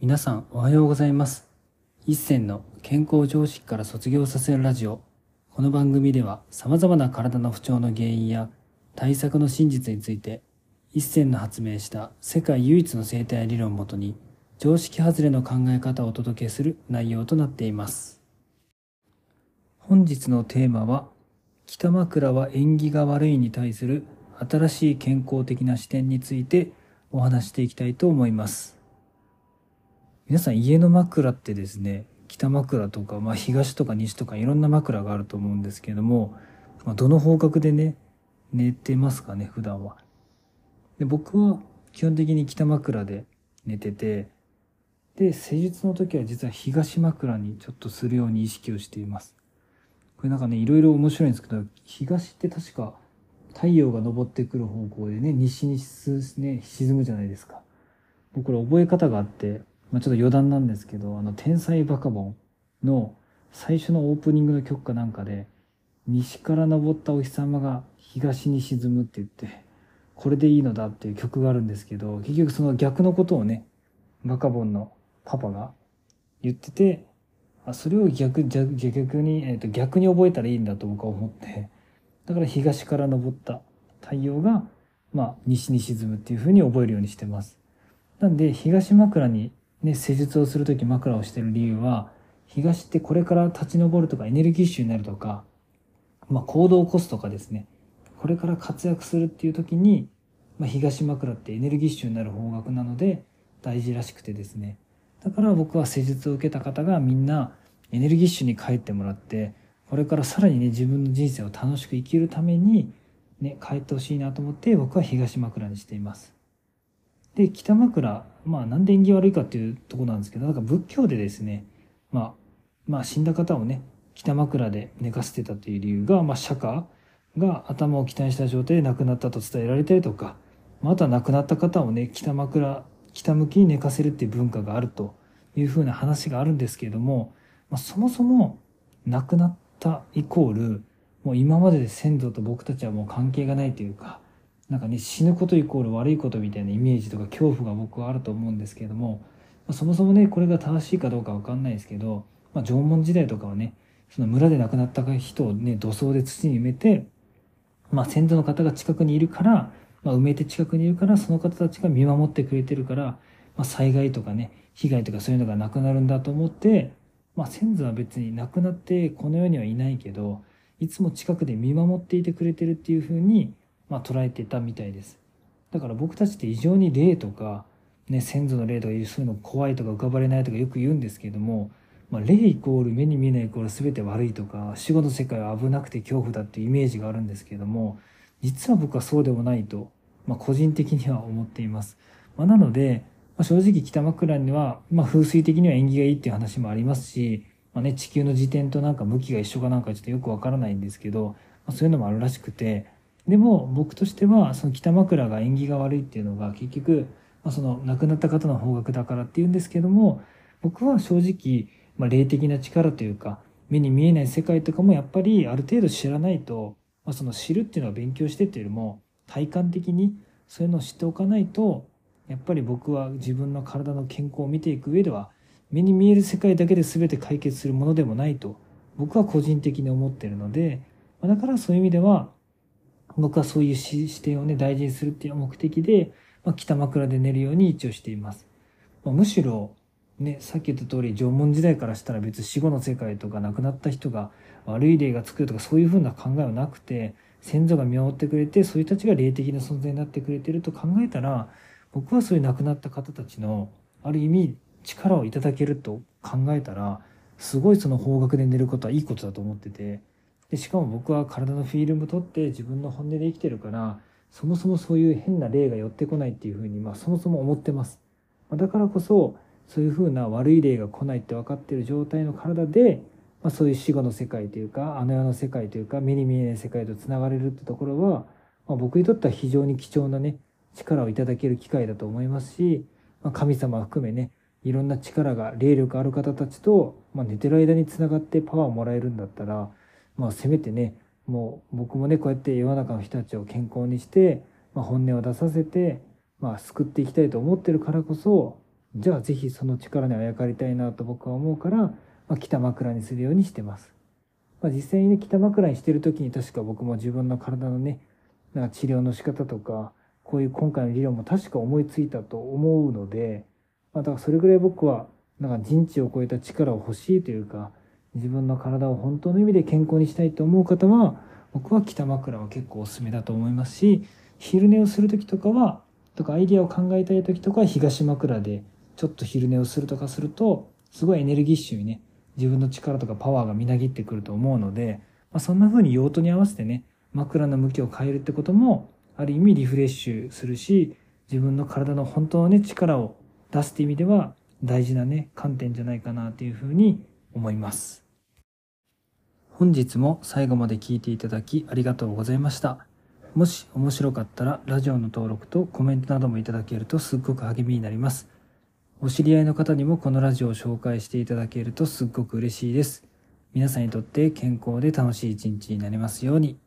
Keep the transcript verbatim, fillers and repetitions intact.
皆さんおはようございます。一銭の健康常識から卒業させるラジオ。この番組では様々な体の不調の原因や対策の真実について、一銭の発明した世界唯一の生態理論をもとに常識外れの考え方をお届けする内容となっています。本日のテーマは、北枕は縁起が悪いに対する新しい健康的な視点についてお話していきたいと思います。皆さん家の枕ってですね、北枕とか、まあ、東とか西とかいろんな枕があると思うんですけども、まあ、どの方角でね寝てますかね普段は。で僕は基本的に北枕で寝てて、で施術の時は実は東枕にちょっとするように意識をしています。これなんかねいろいろ面白いんですけど、東って確か太陽が昇ってくる方向でね、西にね沈むじゃないですか。僕これ覚え方があって、まあ、ちょっと余談なんですけど、あの天才バカボンの最初のオープニングの曲かなんかで、西から昇ったお日様が東に沈むって言って、これでいいのだっていう曲があるんですけど、結局その逆のことをねバカボンのパパが言ってて、あそれを逆逆に、えー、と逆に覚えたらいいんだと僕は思って、だから東から昇った太陽が、まあ、西に沈むっていう風に覚えるようにしてます。なんで東枕にね施術をするとき枕をしてる理由は、東ってこれから立ち上るとかエネルギッシュになるとか、まあ、行動を起こすとかですね、これから活躍するっていう時に、まあ、東枕ってエネルギッシュになる方角なので大事らしくてですね、だから僕は施術を受けた方がみんなエネルギッシュに帰ってもらって、これからさらにね自分の人生を楽しく生きるためにね帰ってほしいなと思って、僕は東枕にしています。で北枕、まあなんで縁起悪いかっていうところなんですけど、なんか仏教でですね、まあまあ死んだ方をね北枕で寝かせてたという理由が、まあ釈迦が頭を北にした状態で亡くなったと伝えられたりとか、あとは亡くなった方をね北枕北向きに寝かせるっていう文化があるというふうな話があるんですけれども、まあ、そもそも亡くなったイコールもう今までで先祖と僕たちはもう関係がないというか、なんかね死ぬことイコール悪いことみたいなイメージとか恐怖が僕はあると思うんですけれども、まあ、そもそもねこれが正しいかどうか分かんないですけど、まあ、縄文時代とかはねその村で亡くなった人をね土葬で土に埋めて、まあ、先祖の方が近くにいるから、まあ、埋めて近くにいるからその方たちが見守ってくれてるから、まあ、災害とかね被害とかそういうのがなくなるんだと思って、まあ、先祖は別に亡くなってこの世にはいないけどいつも近くで見守っていてくれてるっていう風にまあ捉えてたみたいです。だから僕たちって異常に霊とか、ね、先祖の霊とかいうそういうの怖いとか浮かばれないとかよく言うんですけれども、まあ、霊イコール目に見えないイコール全て悪いとか死後の世界は危なくて恐怖だっていうイメージがあるんですけれども、実は僕はそうでもないと、まあ、個人的には思っています。まあ、なので、まあ、正直北枕には、まあ、風水的には縁起がいいっていう話もありますし、まあね、地球の自転となんか向きが一緒かなんかちょっとよくわからないんですけど、まあ、そういうのもあるらしくて、でも僕としてはその北枕が縁起が悪いっていうのが結局、まあ、その亡くなった方の方角だからっていうんですけども、僕は正直、まあ、霊的な力というか目に見えない世界とかもやっぱりある程度知らないと、まあ、その知るっていうのは勉強してっていうよりも体感的にそういうのを知っておかないと、やっぱり僕は自分の体の健康を見ていく上では目に見える世界だけで全て解決するものでもないと僕は個人的に思っているので、だからそういう意味では僕はそういう視点をね大事にするっていう目的で、まあ、北枕で寝るように一応しています。まあ、むしろねさっき言った通り縄文時代からしたら別に死後の世界とか亡くなった人が悪い霊がつくとかそういうふうな考えはなくて、先祖が見守ってくれてそういう人たちが霊的な存在になってくれてると考えたら、僕はそういう亡くなった方たちのある意味力をいただけると考えたら、すごいその方角で寝ることはいいことだと思ってて、でしかも僕は体のフィルム取って自分の本音で生きてるから、そもそもそういう変な霊が寄ってこないっていうふうに、まあ、そもそも思ってます。だからこそそういうふうな悪い霊が来ないって分かっている状態の体で、まあ、そういう死後の世界というかあの世の世界というか目に見えない世界とつながれるってところは、まあ、僕にとっては非常に貴重なね力をいただける機会だと思いますし、まあ、神様含めねいろんな力が霊力ある方たちと、まあ、寝てる間につながってパワーをもらえるんだったら、まあせめてねもう僕もねこうやって世の中の人たちを健康にして、まあ、本音を出させて、まあ、救っていきたいと思ってるからこそ、 じゃあぜひその力にあやかりたいなと僕は思うから、まあ、北枕にするようにしてます。まあ、実際にね、北枕にしてる時に確か僕も自分の体のね、なんか治療の仕方とか、こういう今回の理論も確か思いついたと思うので、まあ、だからそれぐらい僕はなんか人知を超えた力を欲しいというか、自分の体を本当の意味で健康にしたいと思う方は、僕は北枕は結構おすすめだと思いますし、昼寝をする時とかは、とかアイディアを考えたい時とかは東枕でちょっと昼寝をするとかすると、すごいエネルギッシュにね、自分の力とかパワーがみなぎってくると思うので、まあ、そんな風に用途に合わせてね、枕の向きを変えるってことも、ある意味リフレッシュするし、自分の体の本当のね、力を出すって意味では大事なね、観点じゃないかなという風に思います。本日も最後まで聞いていただきありがとうございました。もし面白かったらラジオの登録とコメントなどもいただけるとすっごく励みになります。お知り合いの方にもこのラジオを紹介していただけるとすっごく嬉しいです。皆さんにとって健康で楽しい一日になりますように。